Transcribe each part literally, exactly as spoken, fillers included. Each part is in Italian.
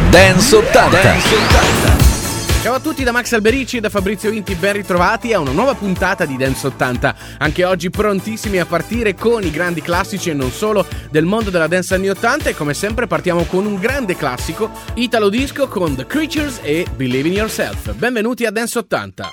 Dance ottanta. Dance ottanta. Ciao a tutti da Max Alberici e da Fabrizio Inti, ben ritrovati a una nuova puntata di Dance ottanta. Anche oggi prontissimi a partire con i grandi classici e non solo del mondo della dance anni ottanta, e come sempre partiamo con un grande classico italo disco con The Creatures e Believe in Yourself. Benvenuti a Dance ottanta.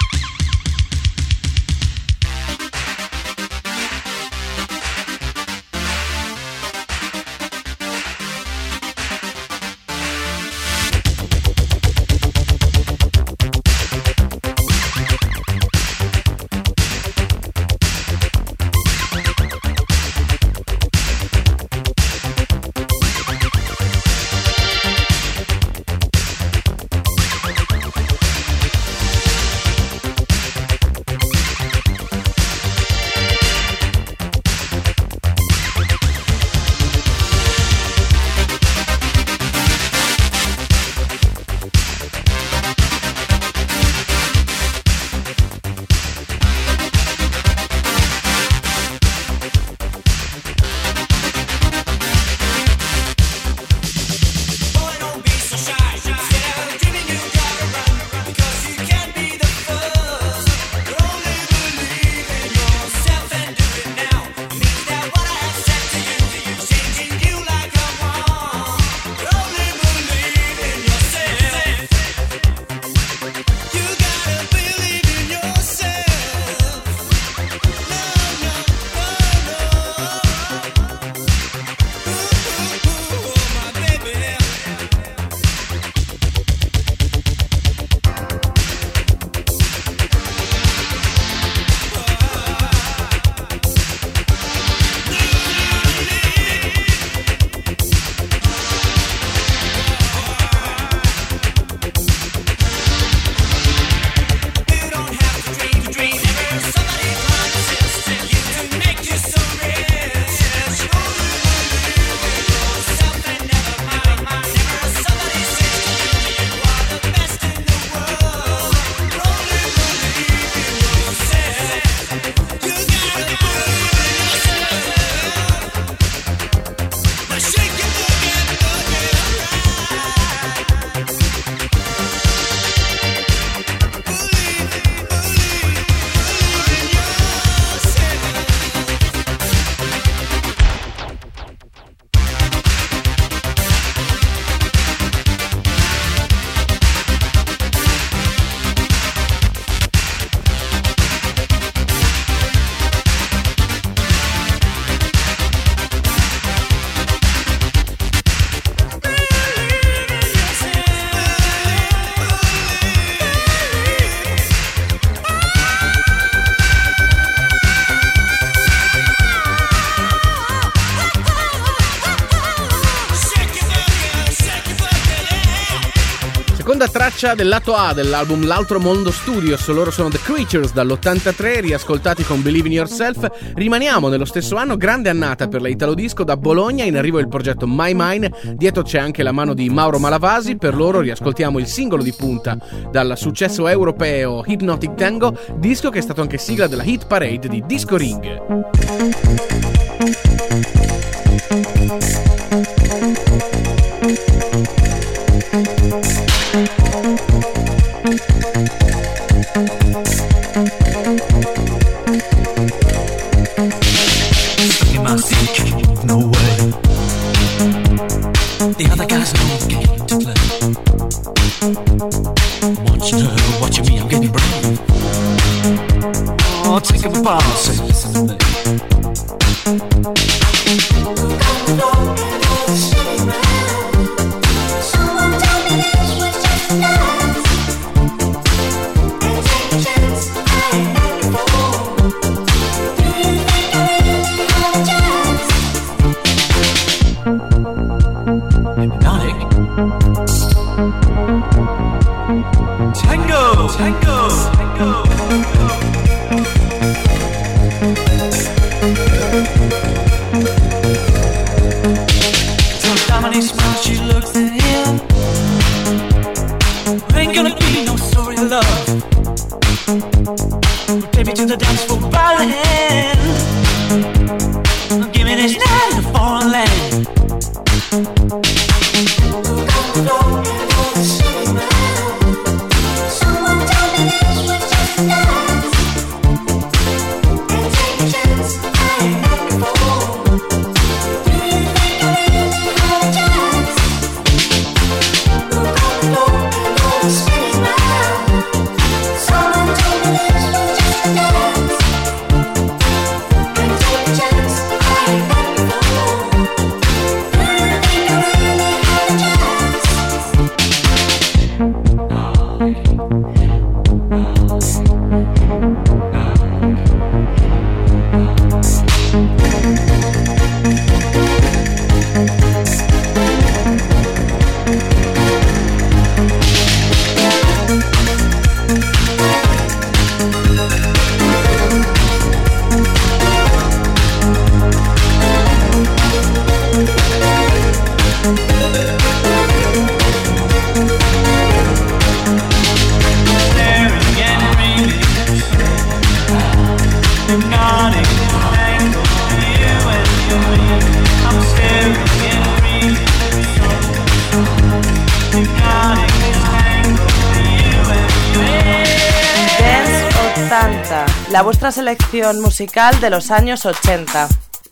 Seconda traccia del lato A dell'album L'Altro Mondo Studios, loro sono The Creatures dall'ottantatré, riascoltati con Believe in Yourself. Rimaniamo nello stesso anno, grande annata per la Italo Disco. Da Bologna in arrivo il progetto My Mine, dietro c'è anche la mano di Mauro Malavasi. Per loro riascoltiamo il singolo di punta dal successo europeo Hypnotic Tango, disco che è stato anche sigla della hit parade di Disco Ring. No way. The other guys are all getting to play. Want you to watching me, I'm getting brave. Oh, take a bow, say listen to me. Someone told me this was just a dance, and take a chance I ain't had before. Do you think I really have a chance? Hypnotic Tango, Tango, Tango. Till Dominique smiles, she looks at him. Ain't gonna be no sorry love. Take me to the dance floor by the hand. Give me this night in a foreign land. ottanta, la vuestra selección musical de los años ochenta.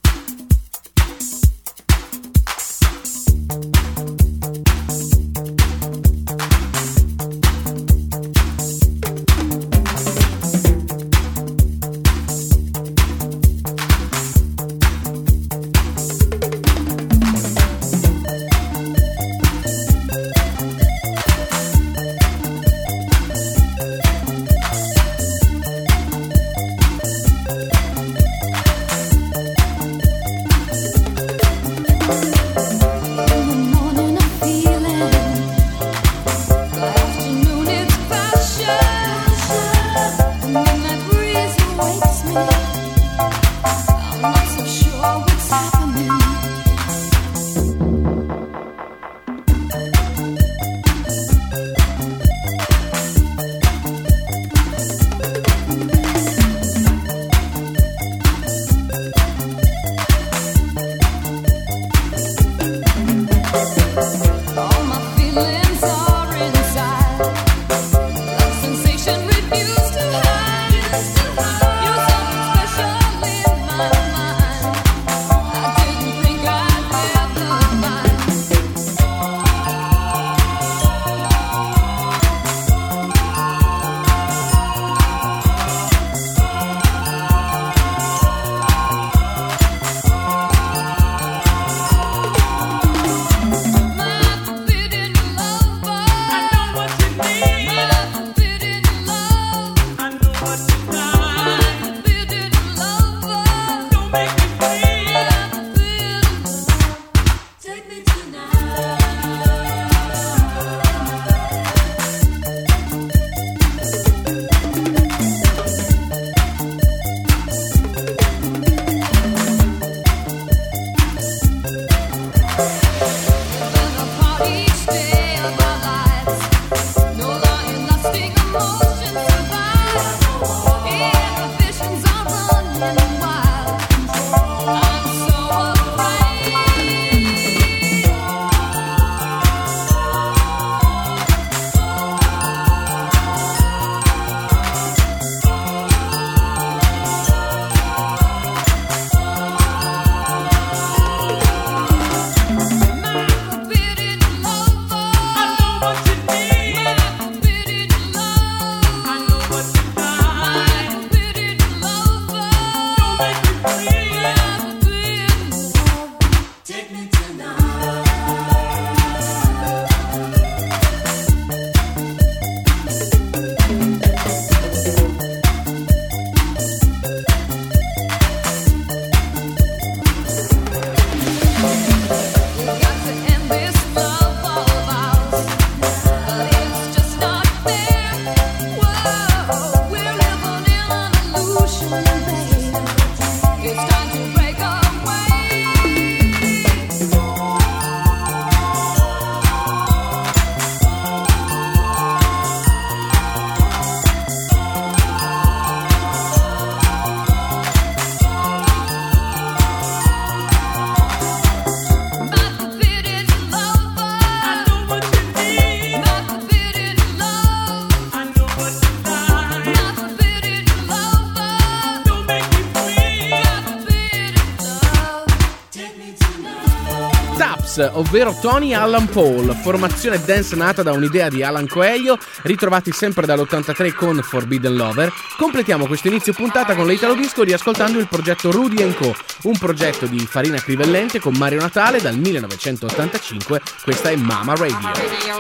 Ovvero Tony Allen Paul, formazione dance nata da un'idea di Alan Coelho, ritrovati sempre dall'ottantatré con Forbidden Lover. Completiamo questo inizio puntata con l'Italo Disco riascoltando il progetto Rudy and Co, un progetto di Farina Crivellente con Mario Natale dal millenovecentottantacinque. Questa è Mama Radio. Mama Radio.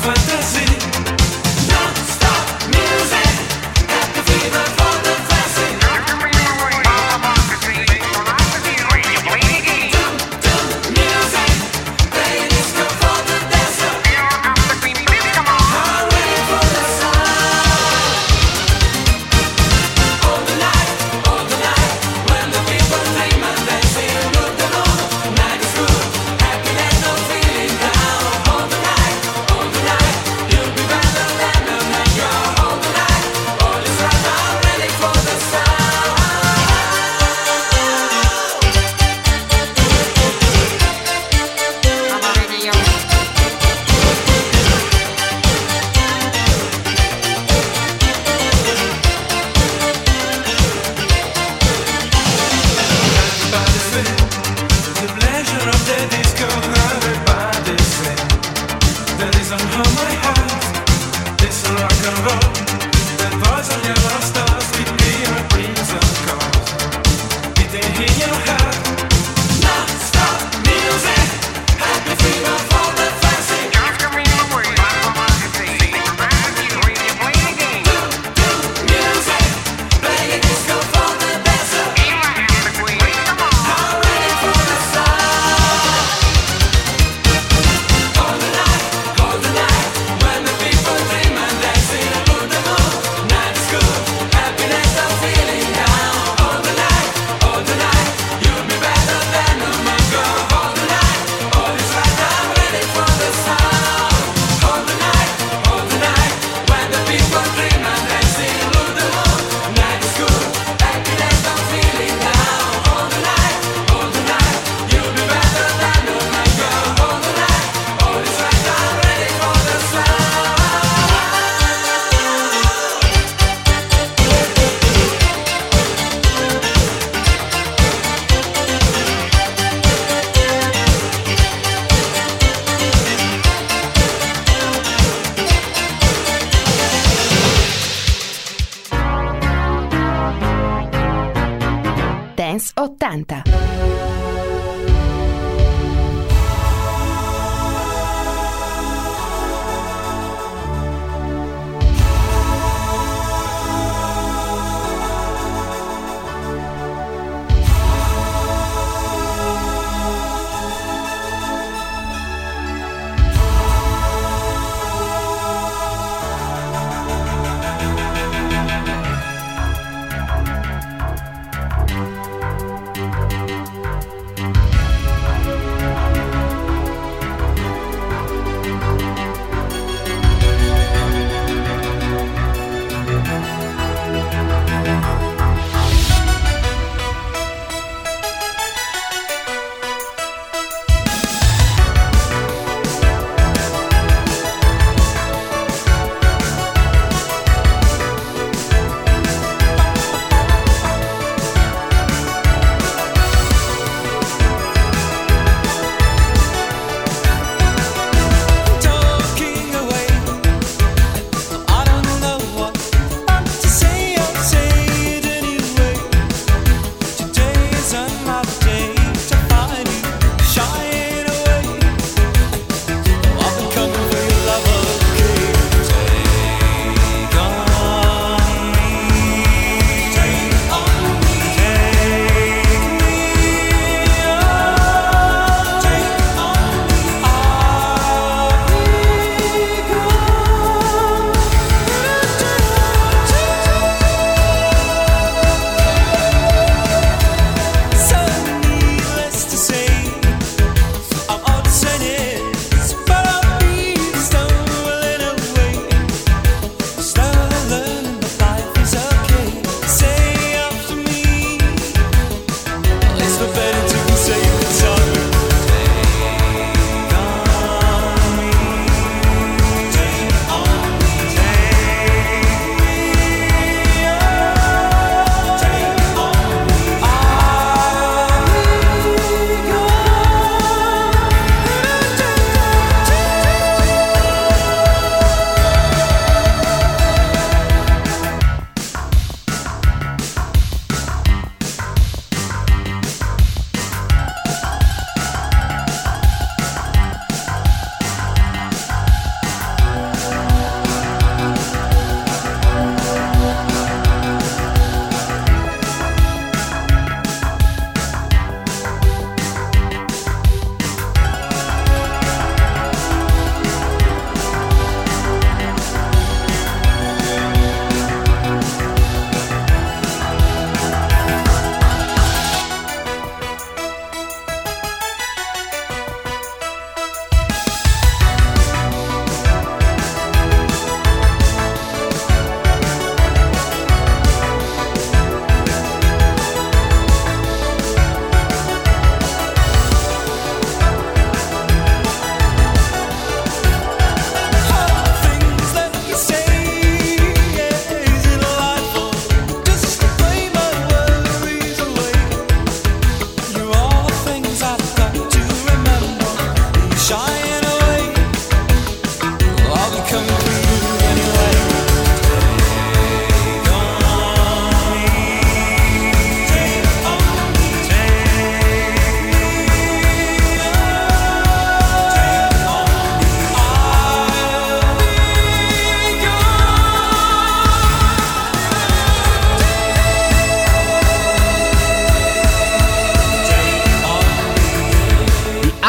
Dance ottanta.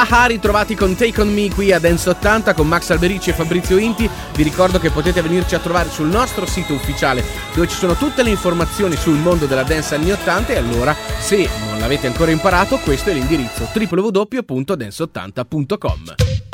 Ah, ritrovati con Take On Me qui a Dance ottanta con Max Alberici e Fabrizio Inti. Vi ricordo che potete venirci a trovare sul nostro sito ufficiale dove ci sono tutte le informazioni sul mondo della dance anni ottanta, e allora, se non l'avete ancora imparato, questo è l'indirizzo w w w punto dance ottanta punto com.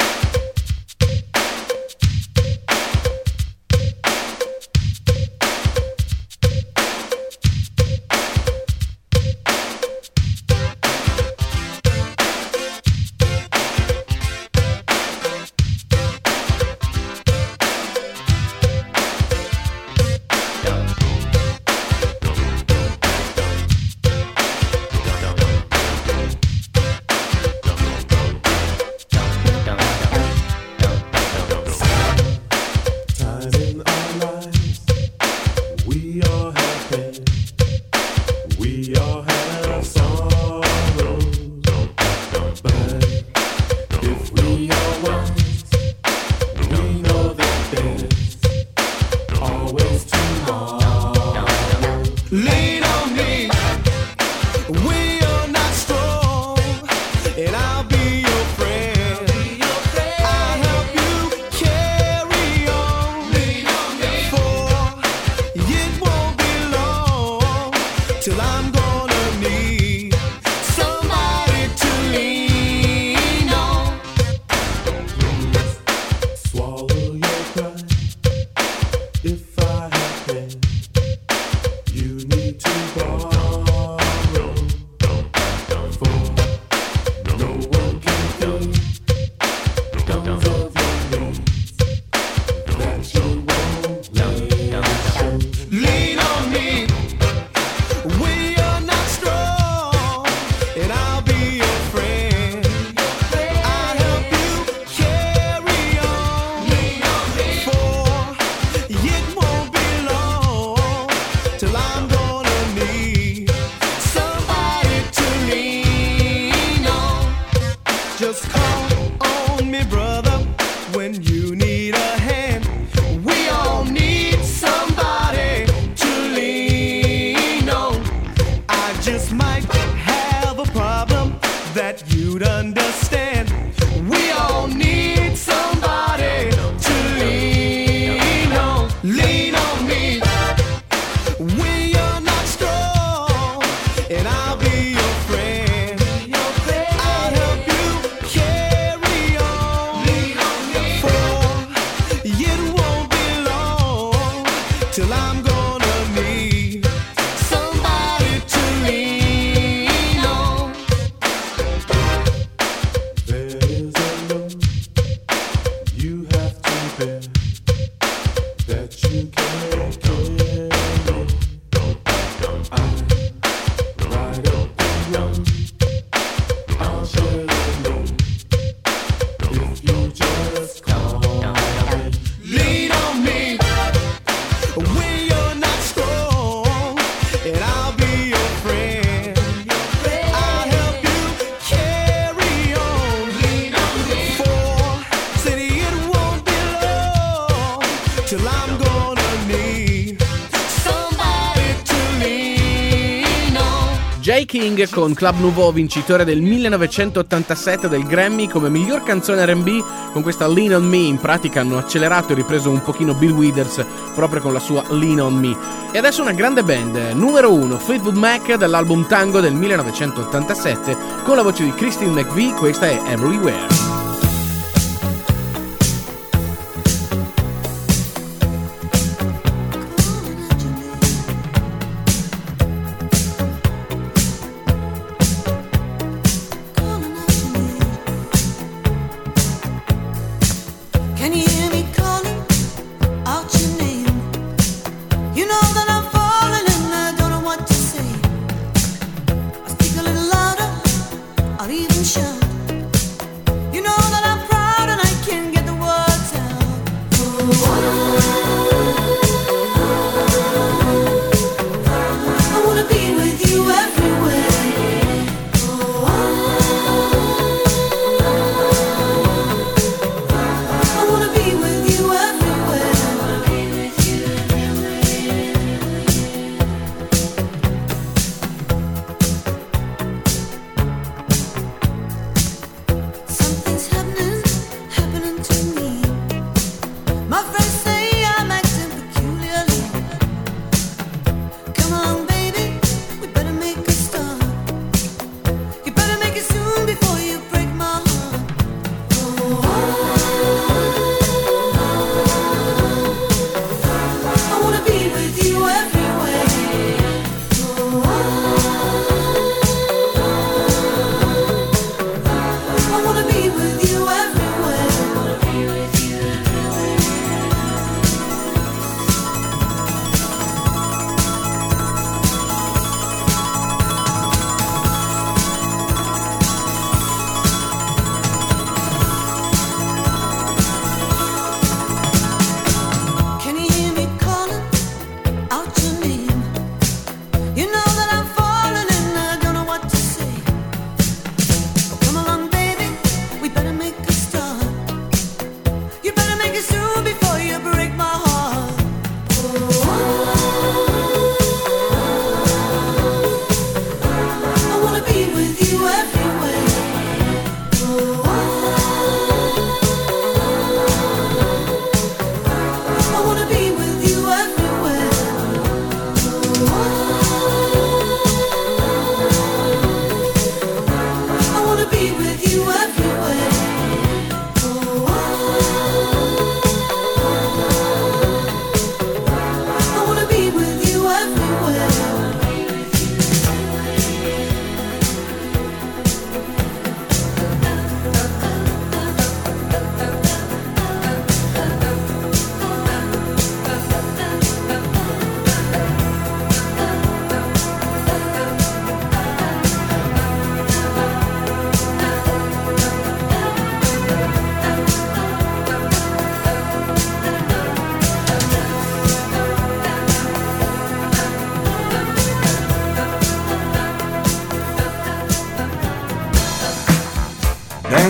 Jay King con Club Nouveau, vincitore del millenovecentottantasette del Grammy come miglior canzone erre and bi con questa Lean on Me. In pratica hanno accelerato e ripreso un pochino Bill Withers proprio con la sua Lean on Me. E adesso una grande band, numero uno, Fleetwood Mac dall'album Tango del millenovecentottantasette con la voce di Christine McVie, questa è Everywhere. Or even shout, you know.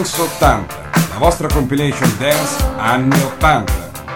Dance ottanta, la vostra compilation dance anni ottanta.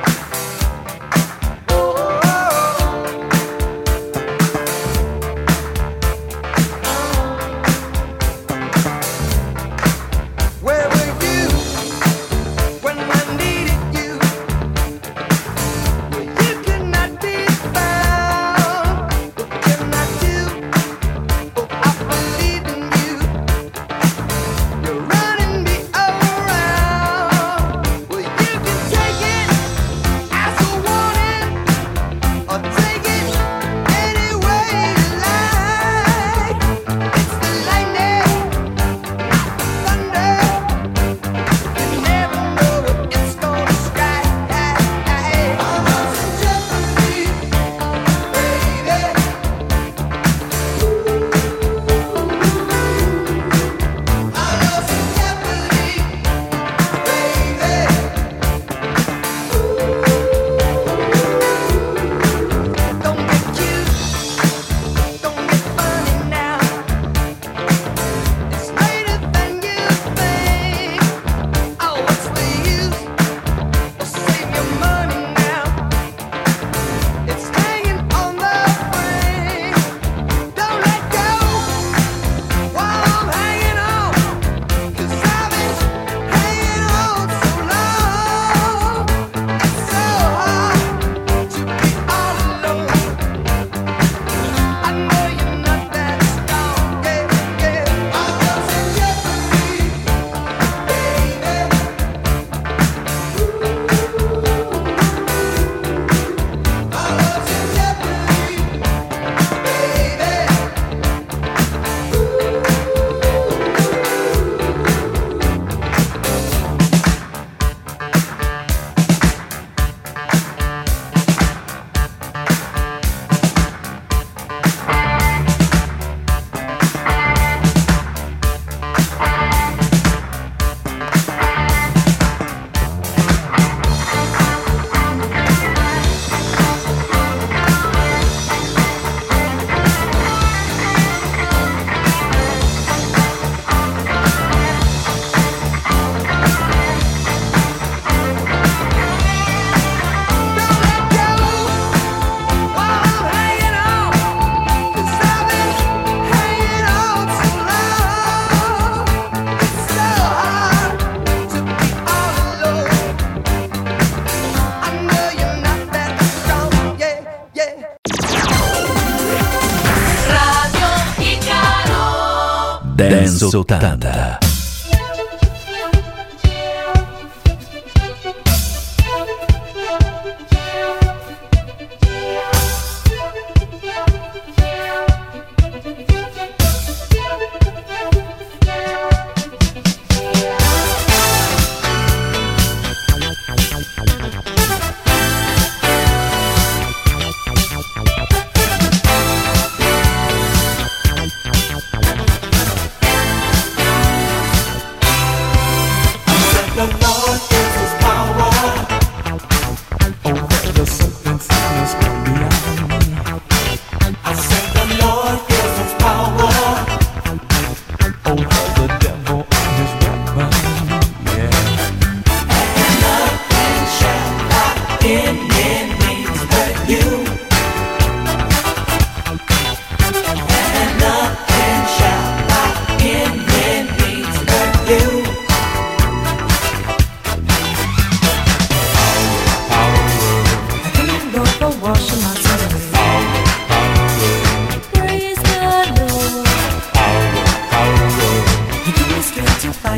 Dance ottanta.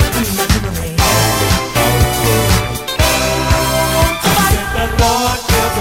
Lord,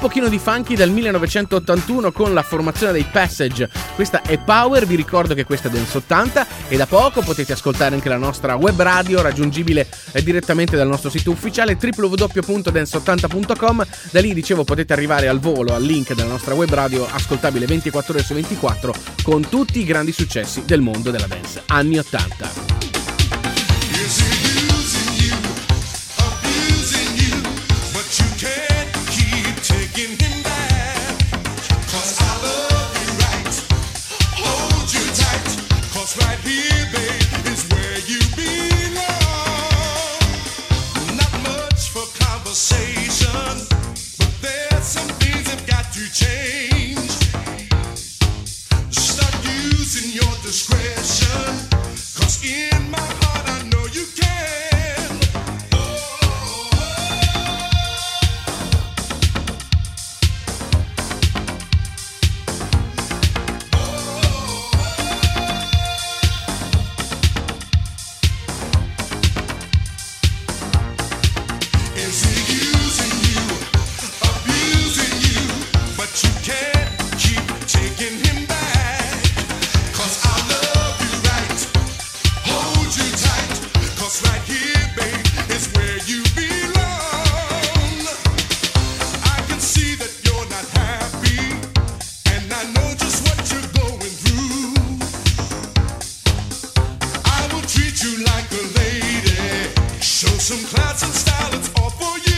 pochino di funky dal millenovecentottantuno con la formazione dei Passage. Questa è Power, vi ricordo che questa è Dance ottanta e da poco potete ascoltare anche la nostra web radio raggiungibile eh, direttamente dal nostro sito ufficiale w w w punto dance ottanta punto com. Da lì, dicevo, potete arrivare al volo al link della nostra web radio ascoltabile ventiquattro ore su ventiquattro con tutti i grandi successi del mondo della dance anni ottanta. Right here, babe, is where you belong. Not much for conversation, but there's some things that got to change. Start using your discretion, 'cause in my heart I know you can. Some class and style, it's all for you.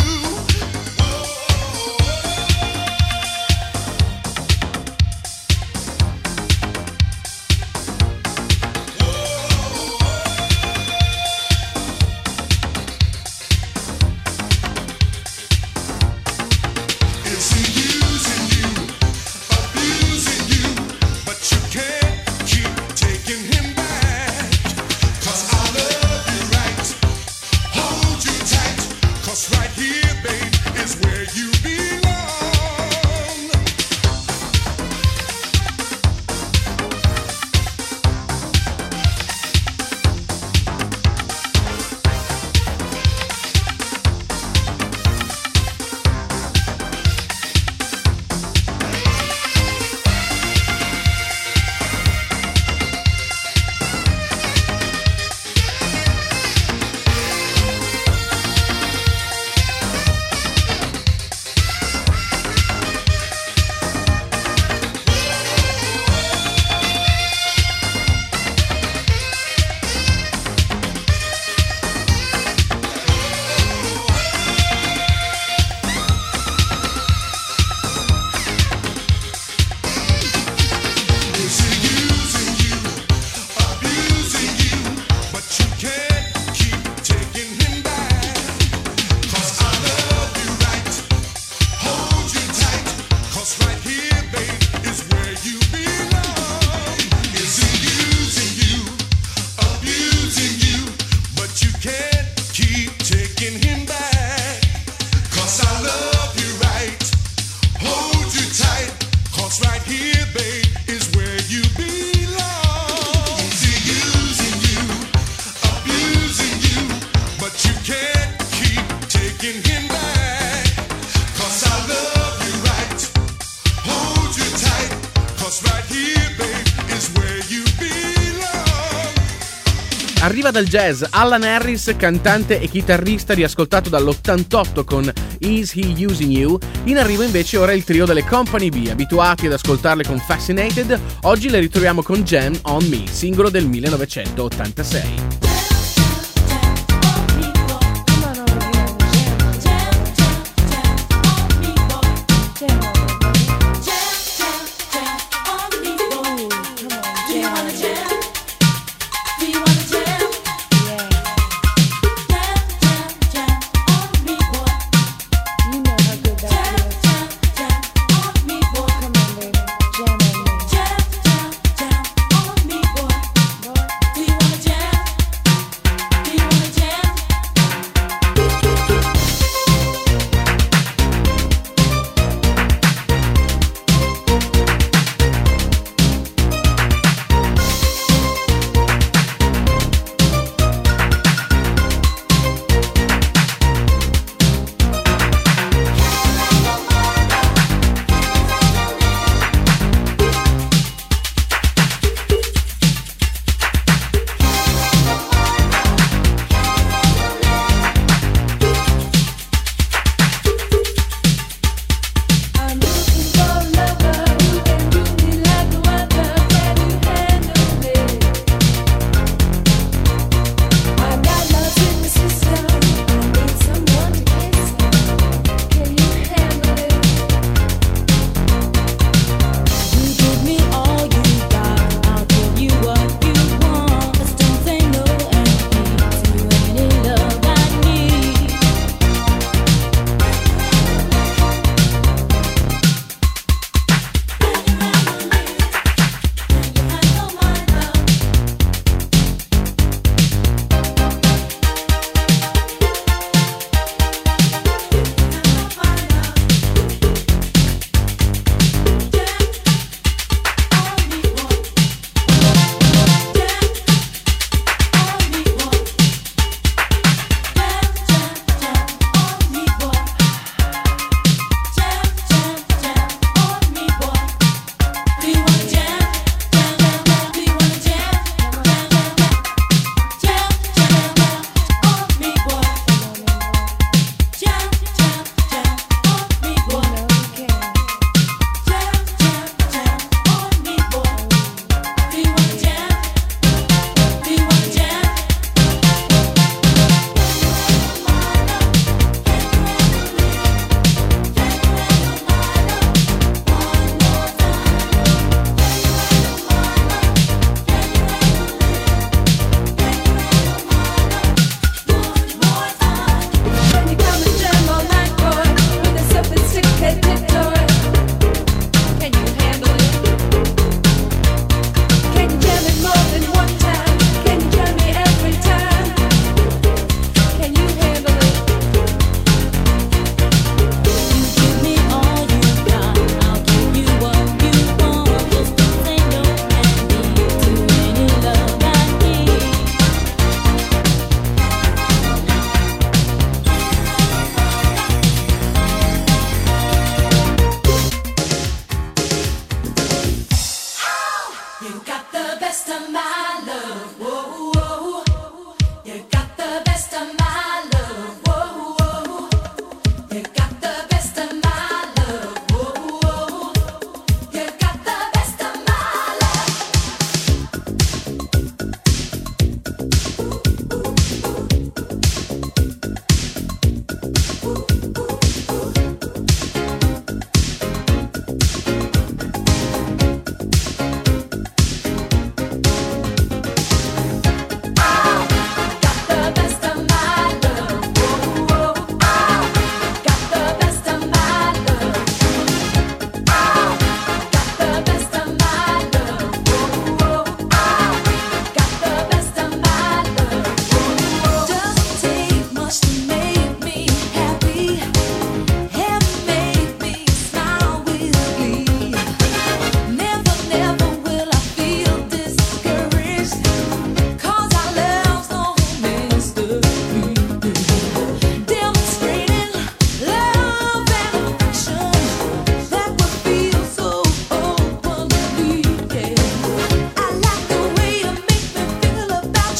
Right here, babe, is where you belong. Arriva dal jazz Alan Harris, cantante e chitarrista riascoltato dall'ottantotto con Is He Using You? In arrivo invece ora il trio delle Company B, abituati ad ascoltarle con Fascinated, oggi le ritroviamo con Jam on Me, singolo del millenovecentottantasei. Jam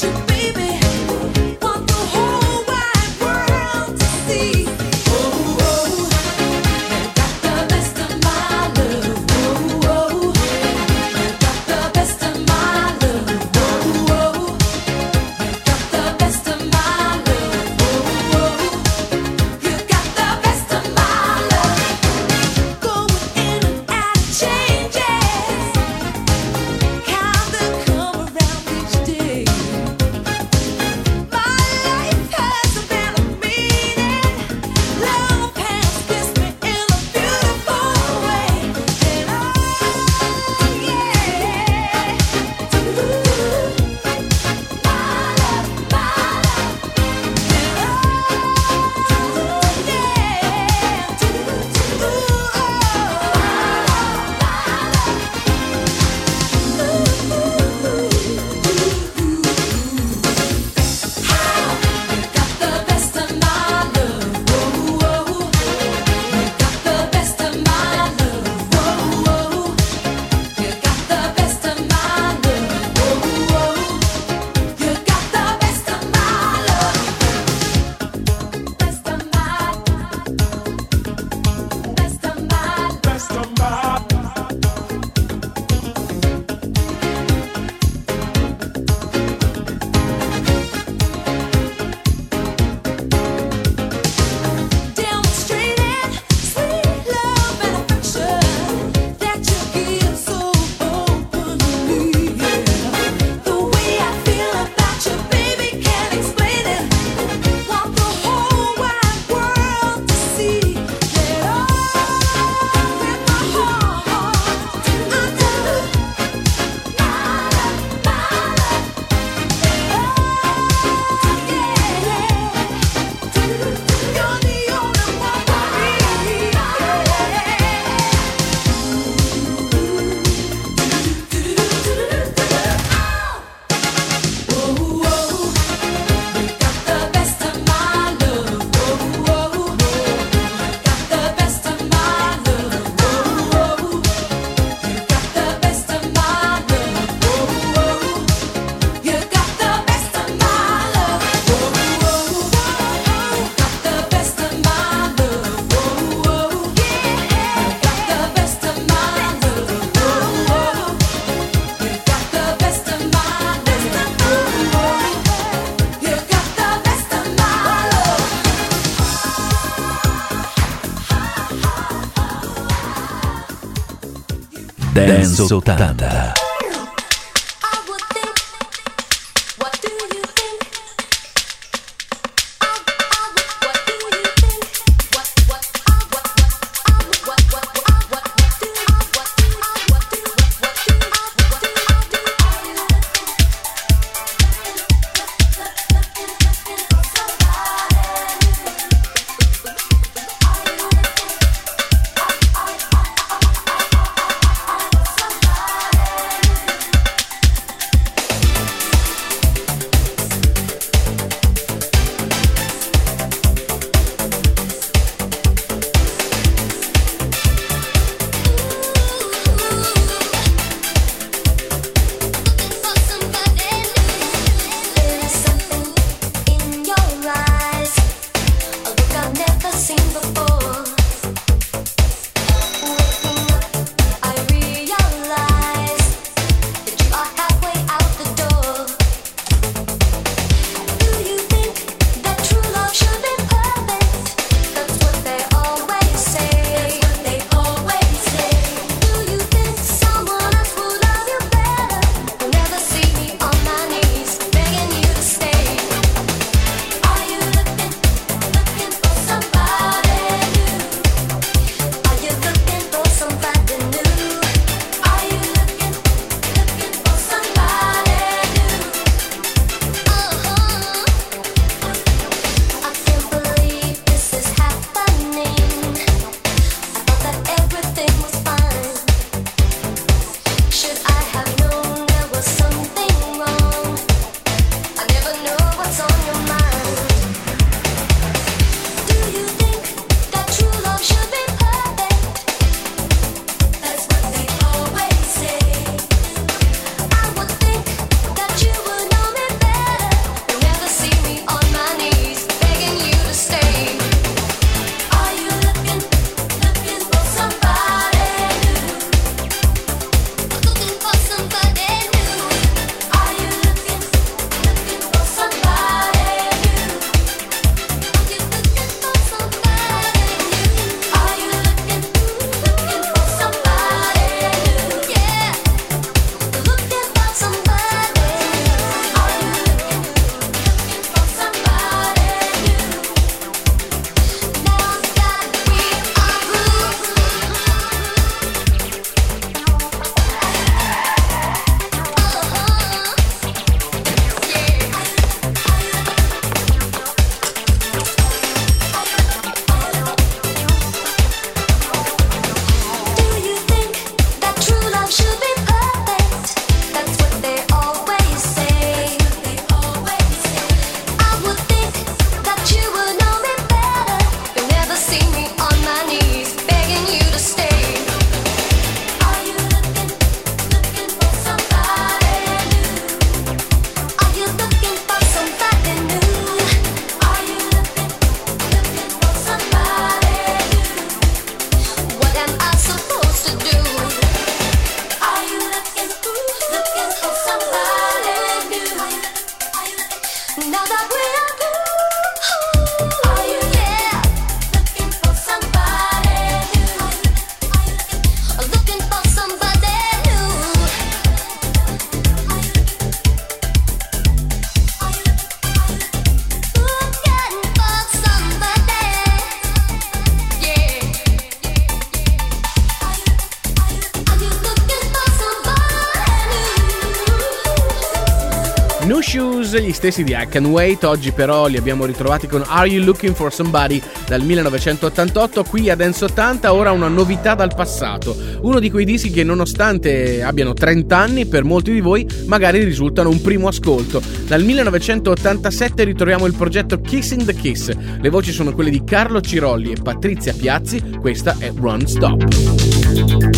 Dance ottanta. Now that we are through, are you there? Looking for somebody new. Looking for somebody new. Looking for somebody. Yeah. Are you looking for somebody new? New Shoes, gli stessi di I Can Wait, oggi però li abbiamo ritrovati con Are You Looking For Somebody dal millenovecentottantotto, qui a Dance ottanta, ora una novità dal passato, uno di quei dischi che nonostante abbiano trenta anni, per molti di voi magari risultano un primo ascolto. Dal millenovecentottantasette ritroviamo il progetto Kissing the Kiss, le voci sono quelle di Carlo Cirolli e Patrizia Piazzi, questa è Run Stop.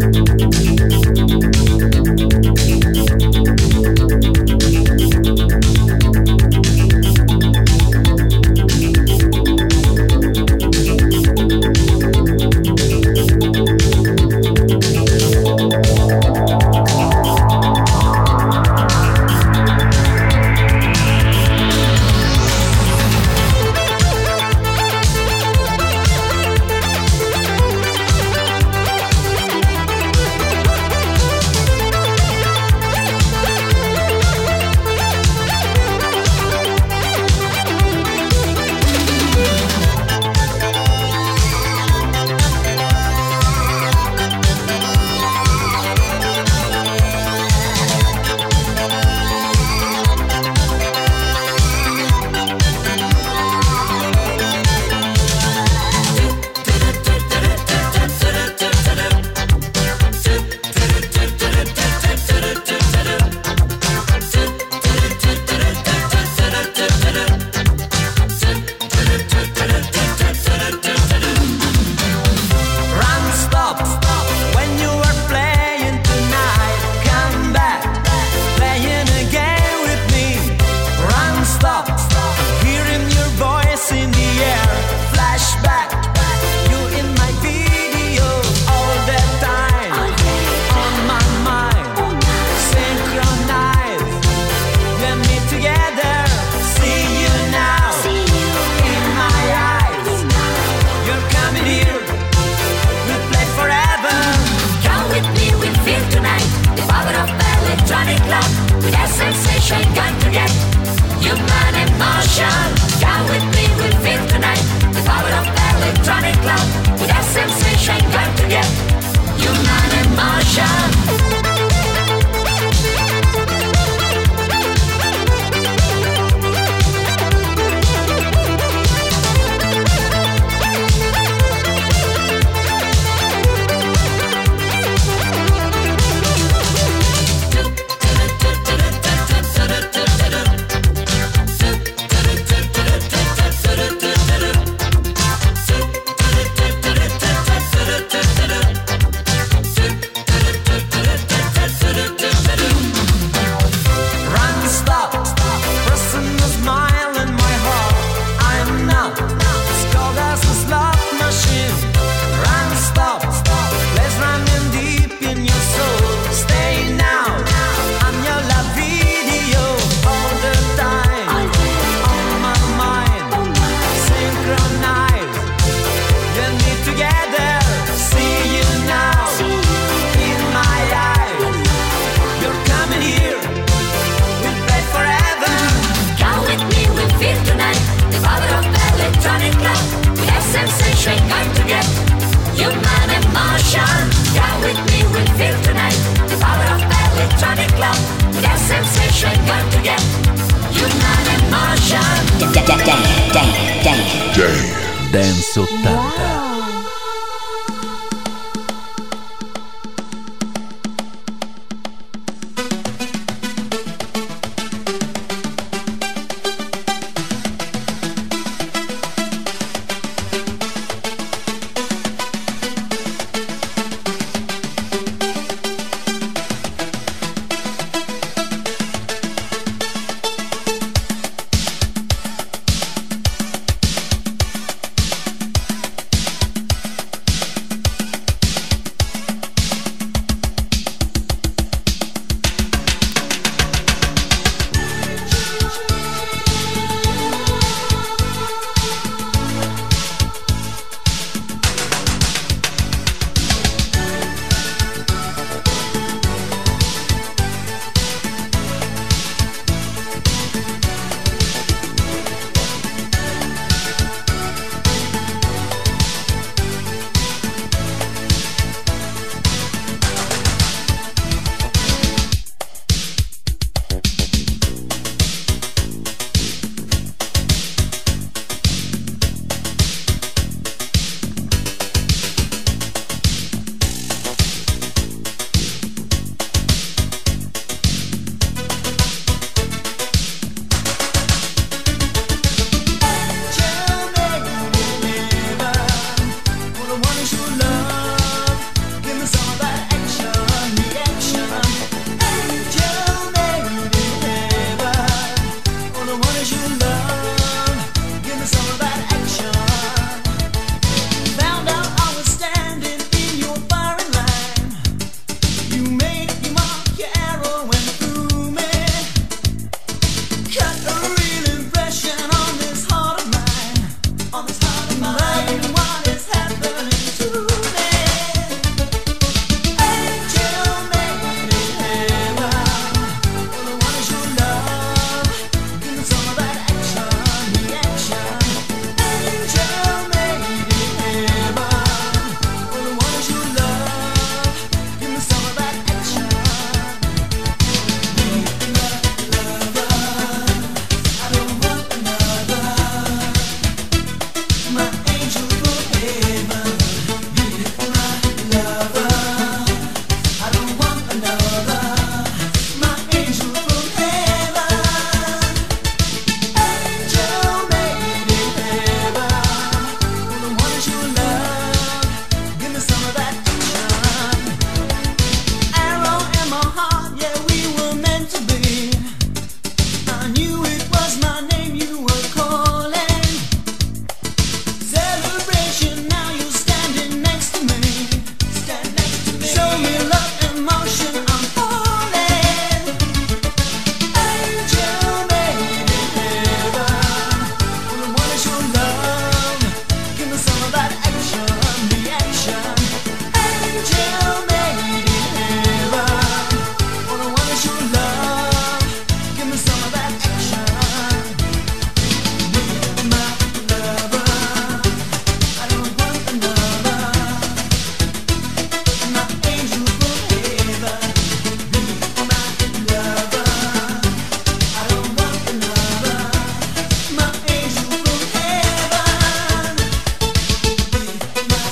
Dance ottanta.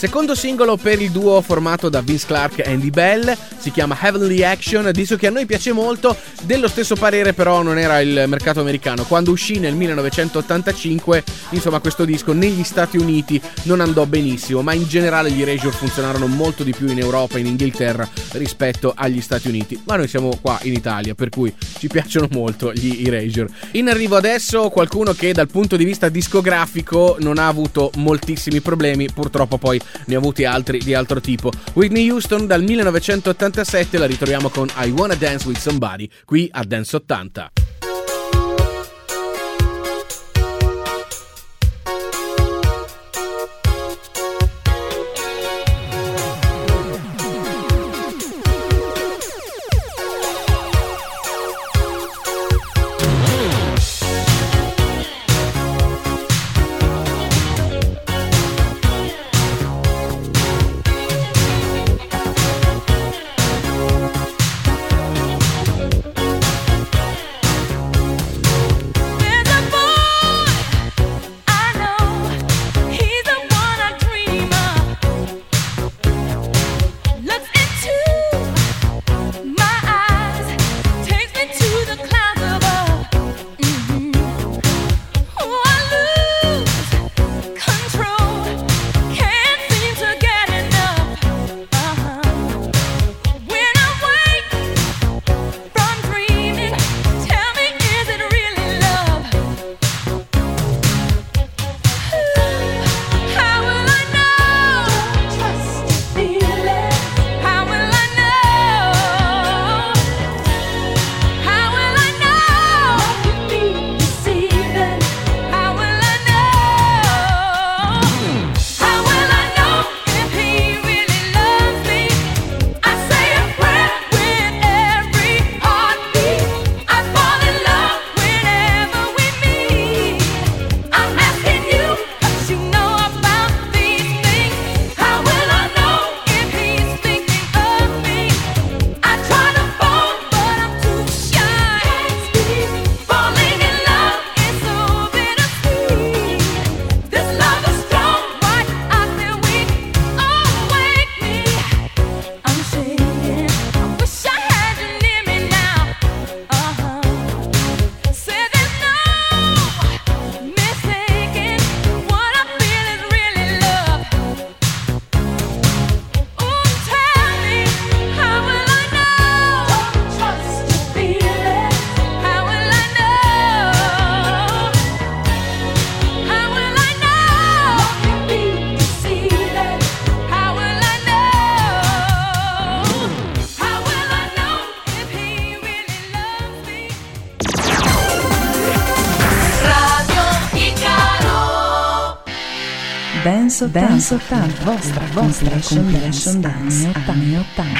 Secondo singolo per il duo formato da Vince Clarke e Andy Bell, si chiama Heavenly Action, disco che a noi piace molto. Dello stesso parere però non era il mercato americano. Quando uscì nel millenovecentottantacinque, insomma, questo disco negli Stati Uniti non andò benissimo, ma in generale gli Erasure funzionarono molto di più in Europa e in Inghilterra rispetto agli Stati Uniti. Ma noi siamo qua in Italia, per cui ci piacciono molto gli Erasure. In arrivo adesso qualcuno che dal punto di vista discografico non ha avuto moltissimi problemi, purtroppo poi ne ha avuti altri di altro tipo. Whitney Houston dal millenovecentottantasette, la ritroviamo con I Wanna Dance With Somebody qui a Dance ottanta. Dance ottanta, Dance ottanta, vostra, vostra compilation dance anni ottanta.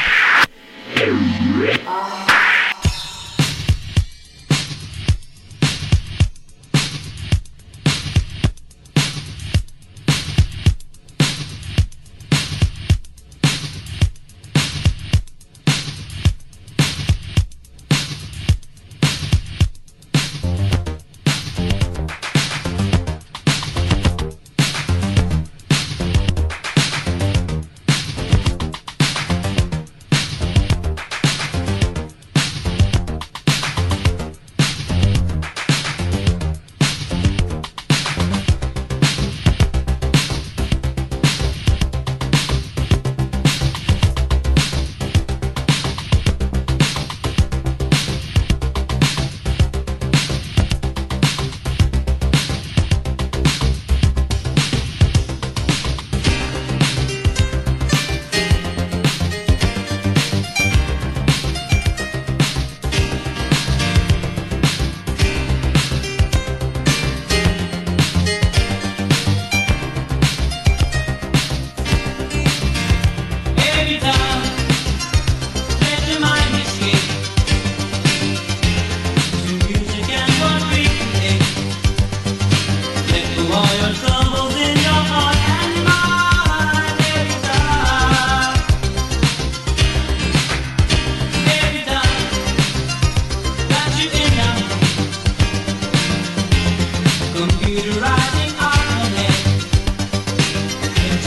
Computerizing our connect. Enter in the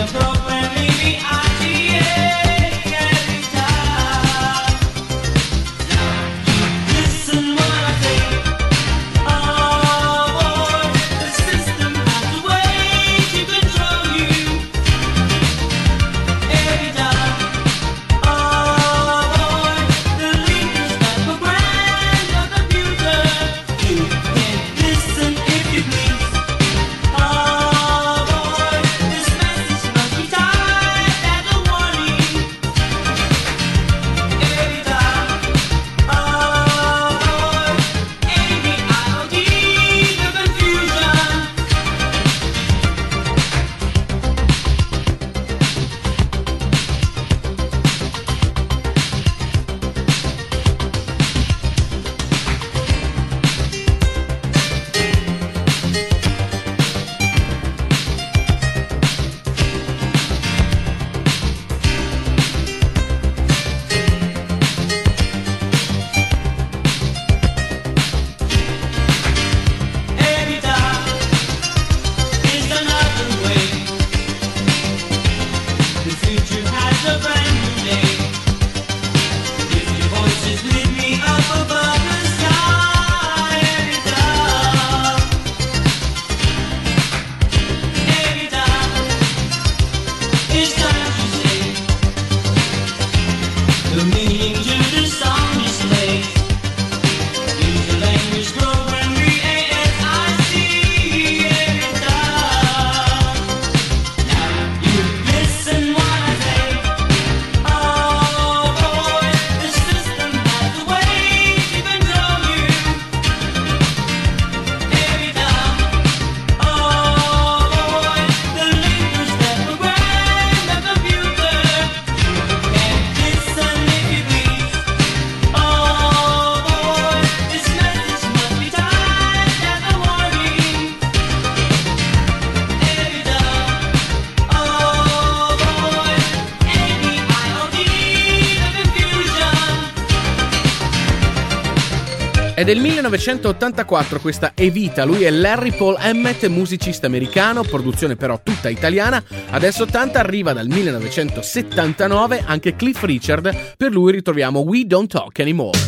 È del millenovecentottantaquattro questa Evita, lui è Larry Paul Emmett, musicista americano, produzione però tutta italiana. Adesso ottanta arriva dal millenovecentosettantanove anche Cliff Richard, per lui ritroviamo We Don't Talk Anymore.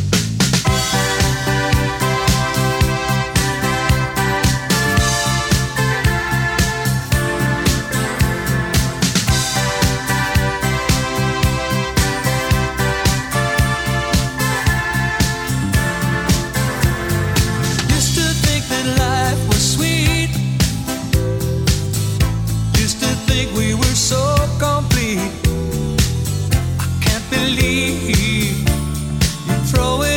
Throw it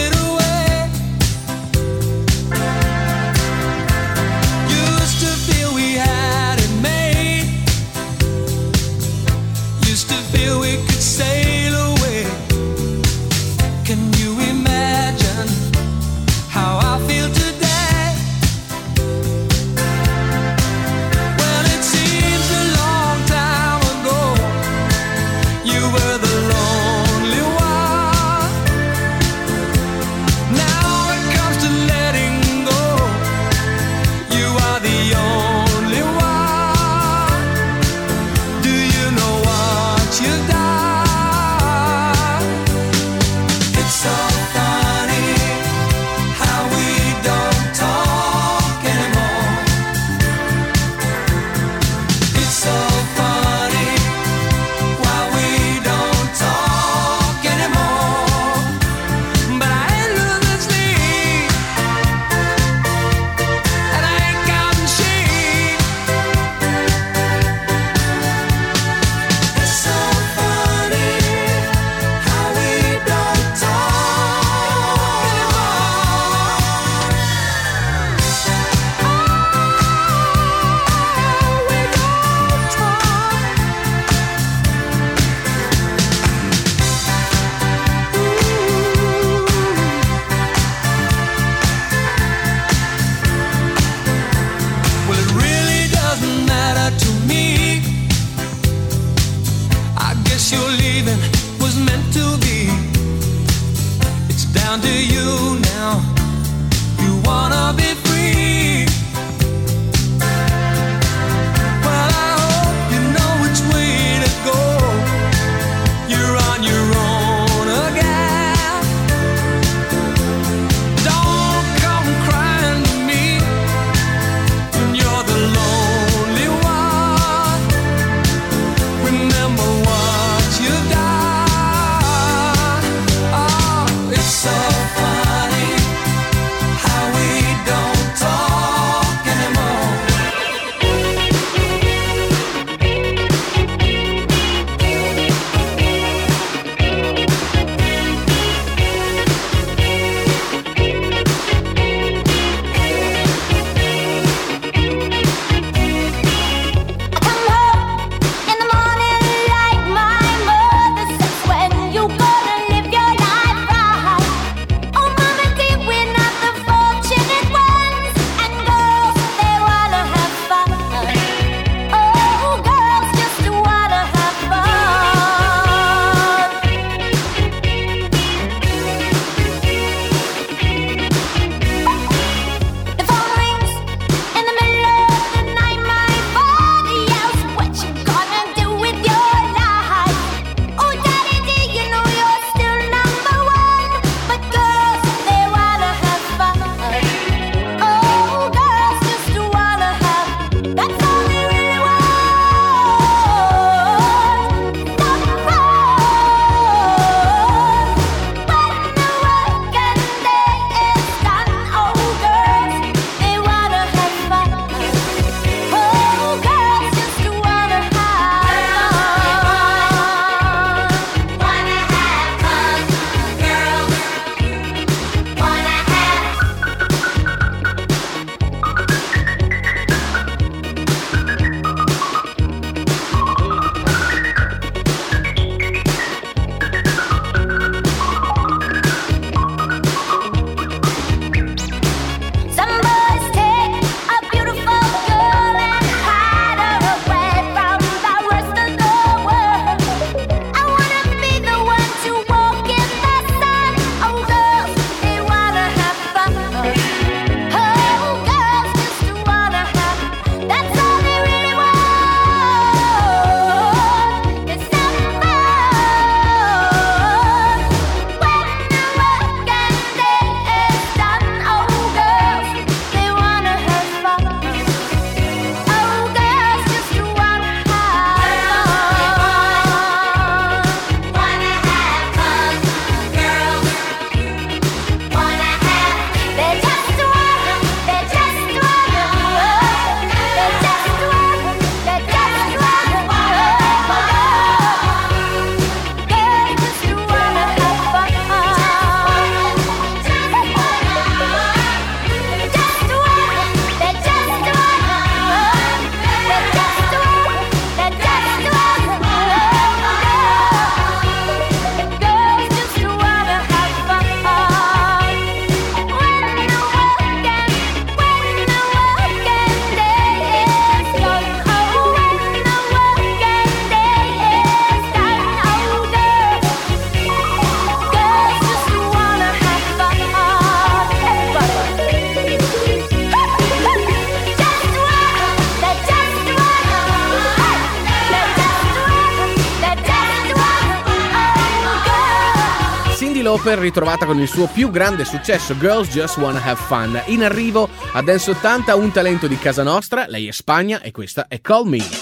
Lauper ritrovata con il suo più grande successo Girls Just Wanna Have Fun. In arrivo a Dance ottanta un talento di casa nostra, lei è Spagna e questa è Call Me.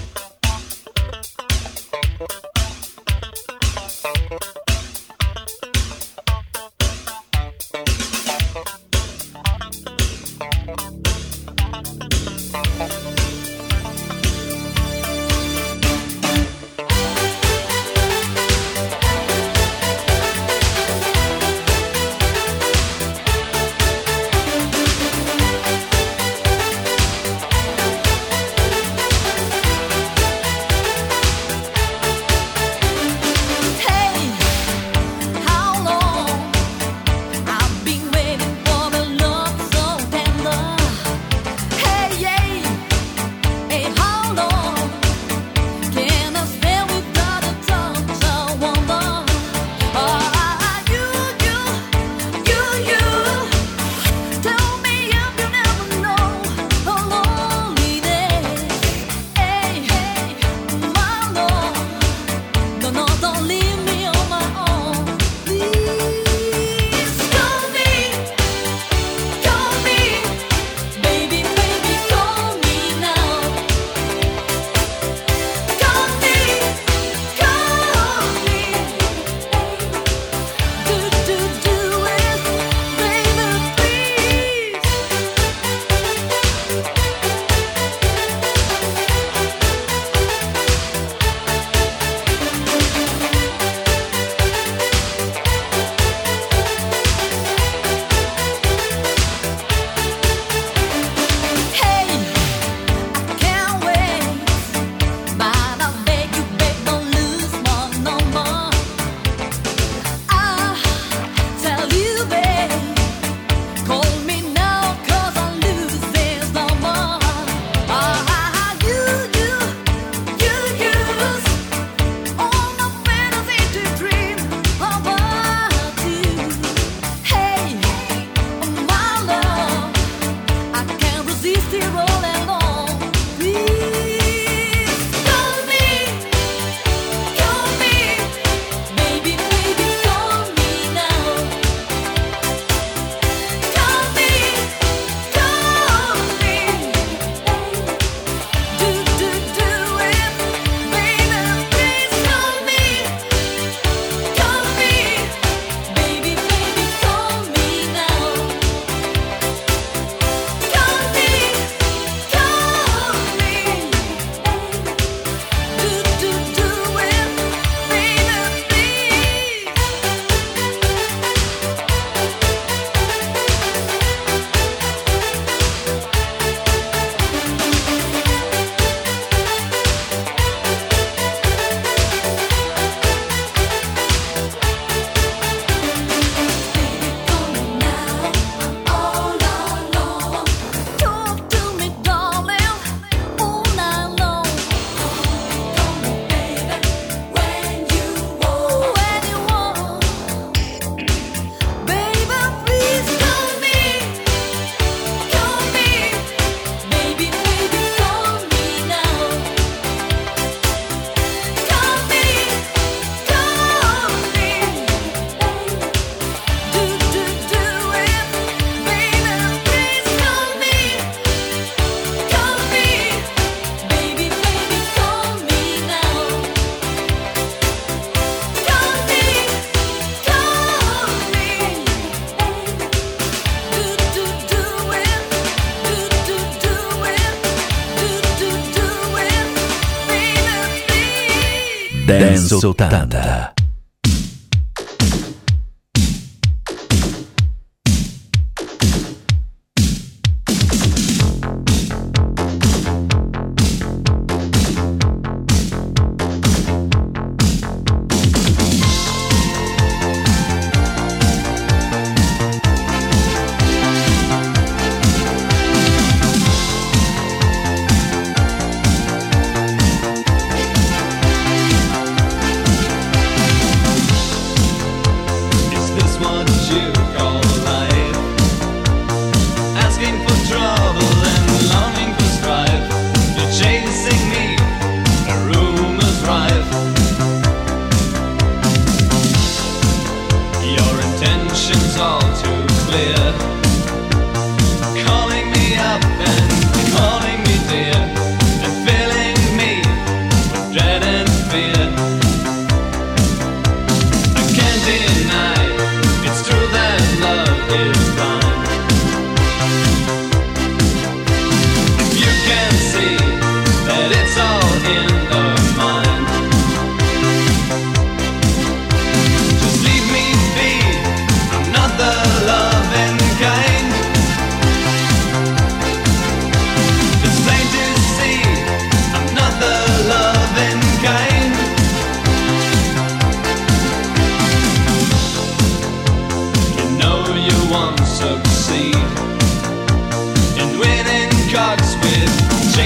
Dance ottanta.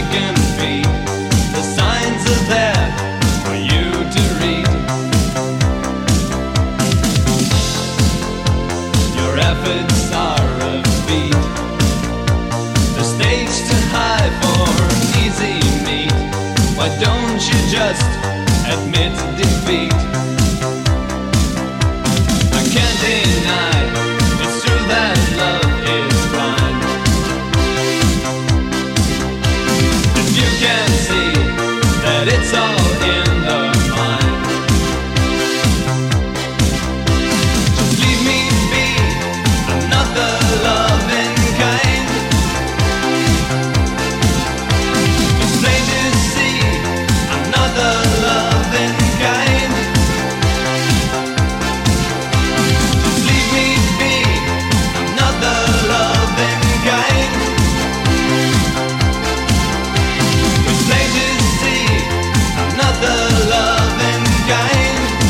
can be. The signs are there for you to read. Your efforts are a feat. The stage too high for easy meat. Why don't you just admit defeat? I can't deny it's true that love is blind. If you can see that it's all in the mind, just leave me be. I'm not the loving kind. It's plain to see I'm not the loving kind. Just leave me be. I'm not the loving kind. It's plain to see I'm not the loving kind.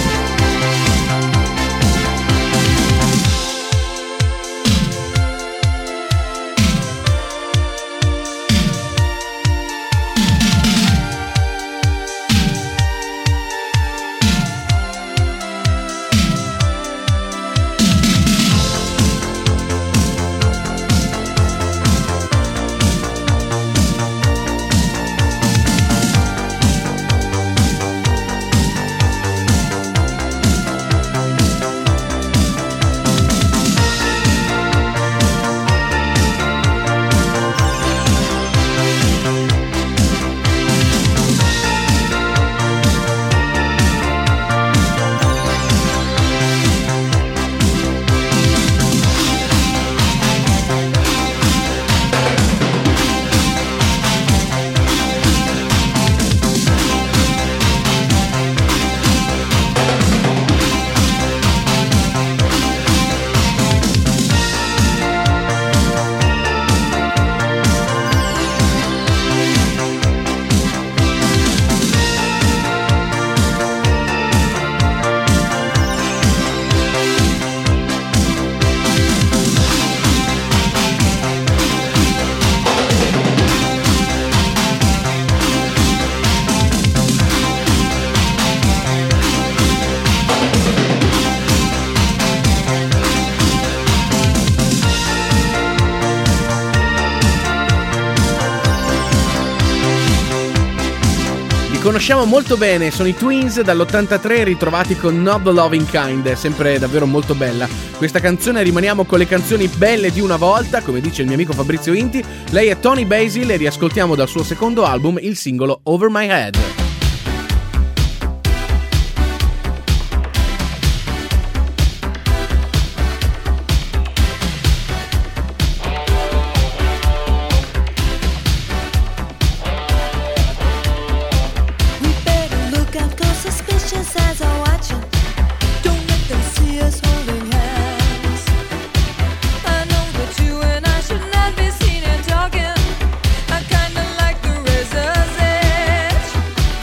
Conosciamo molto bene, sono i Twins dall'ottantatré ritrovati con Not the Loving Kind, è sempre davvero molto bella questa canzone. Rimaniamo con le canzoni belle di una volta, come dice il mio amico Fabrizio Inti. Lei è Tony Basil e riascoltiamo dal suo secondo album il singolo Over My Head. We better look out, 'cause suspicious eyes are watching. Don't let them see us holding hands. I know that you and I should not be seen here talking. I kinda like the razor's edge.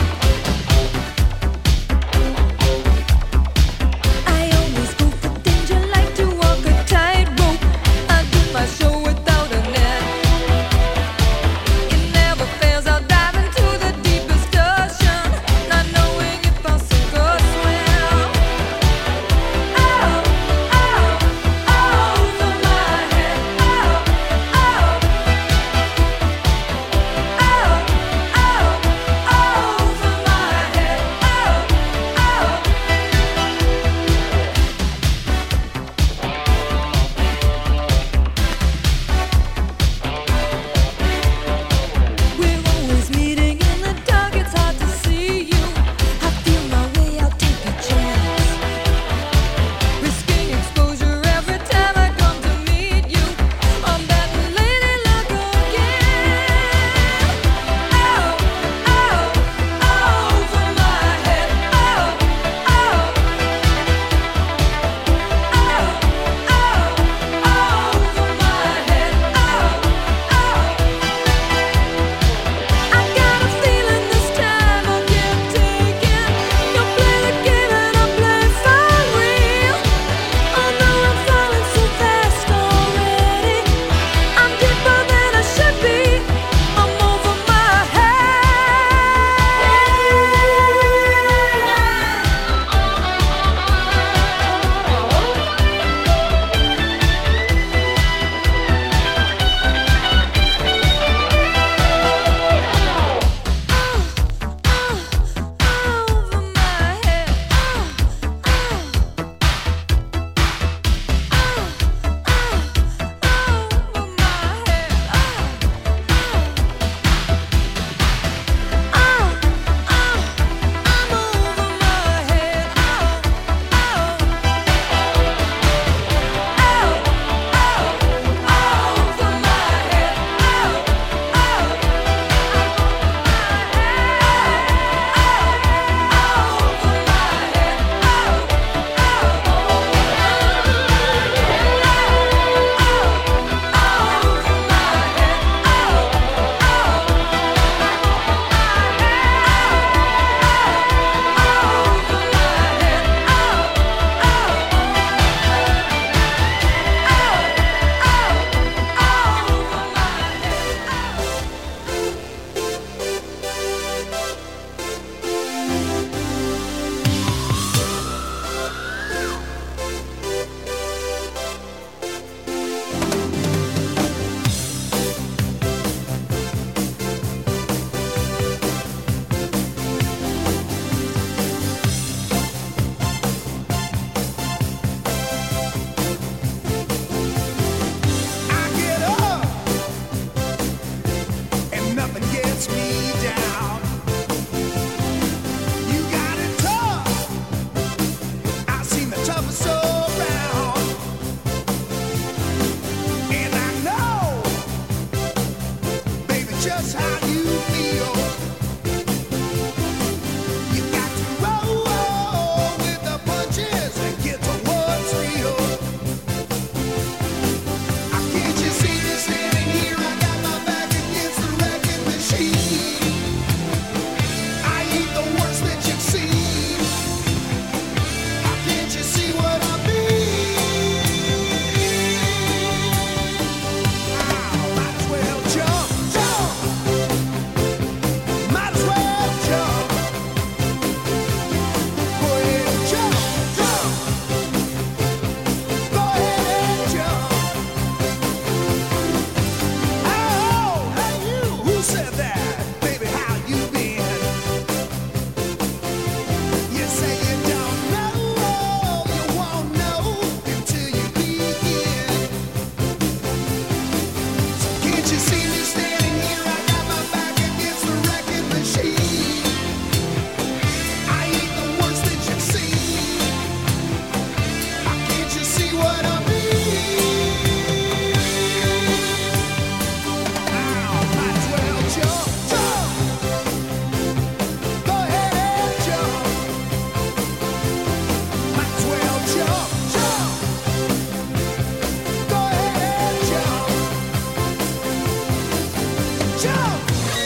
lets me down. You got it tough. I've seen the toughest around, and I know, baby, just how you feel. You got to roll with the punches and get to what's real. Can't you see me standing here? I got my back against the wrecking machine. I ain't the worst that you've seen. Can't you see what I mean? Might as well jump, jump. Might as well jump. Go ahead and jump, jump. Go ahead and jump. Oh, hey you, who said that? Baby, how you been? You say you don't know, you won't know until you begin. So can't you see me standing here? I got my back against the wrecking machine. I ain't the worst that you've seen. Can't you see what I mean? Might as well jump, jump. Go ahead and jump. Might as well jump, jump. Go ahead and jump. Jump.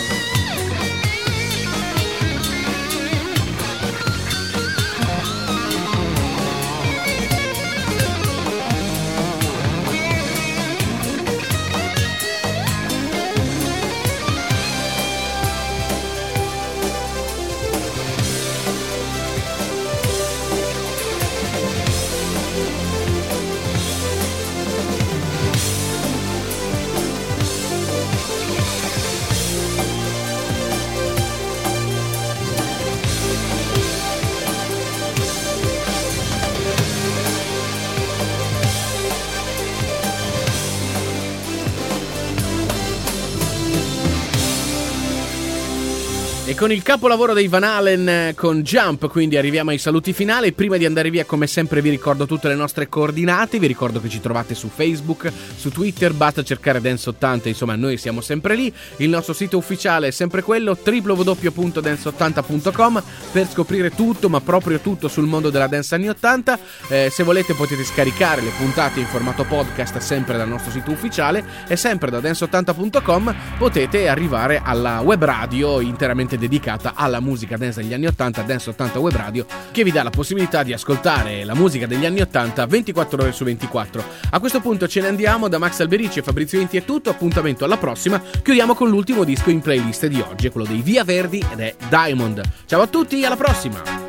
E con il capolavoro dei Van Halen eh, con Jump, quindi arriviamo ai saluti finali. Prima di andare via, come sempre, vi ricordo tutte le nostre coordinate. Vi ricordo che ci trovate su Facebook, su Twitter, basta cercare Dance ottanta, insomma noi siamo sempre lì. Il nostro sito ufficiale è sempre quello, w w w punto dance ottanta punto com, per scoprire tutto, ma proprio tutto sul mondo della dance anni ottanta. Eh, se volete potete scaricare le puntate in formato podcast sempre dal nostro sito ufficiale, e sempre da dance ottanta punto com potete arrivare alla web radio interamente dedicata alla musica dance degli anni ottanta, Dance ottanta Web Radio, che vi dà la possibilità di ascoltare la musica degli anni ottanta ventiquattro ore su ventiquattro. A questo punto ce ne andiamo, da Max Alberici e Fabrizio Inti è tutto, appuntamento alla prossima. Chiudiamo con l'ultimo disco in playlist di oggi, è quello dei Via Verdi ed è Diamond. Ciao a tutti, alla prossima!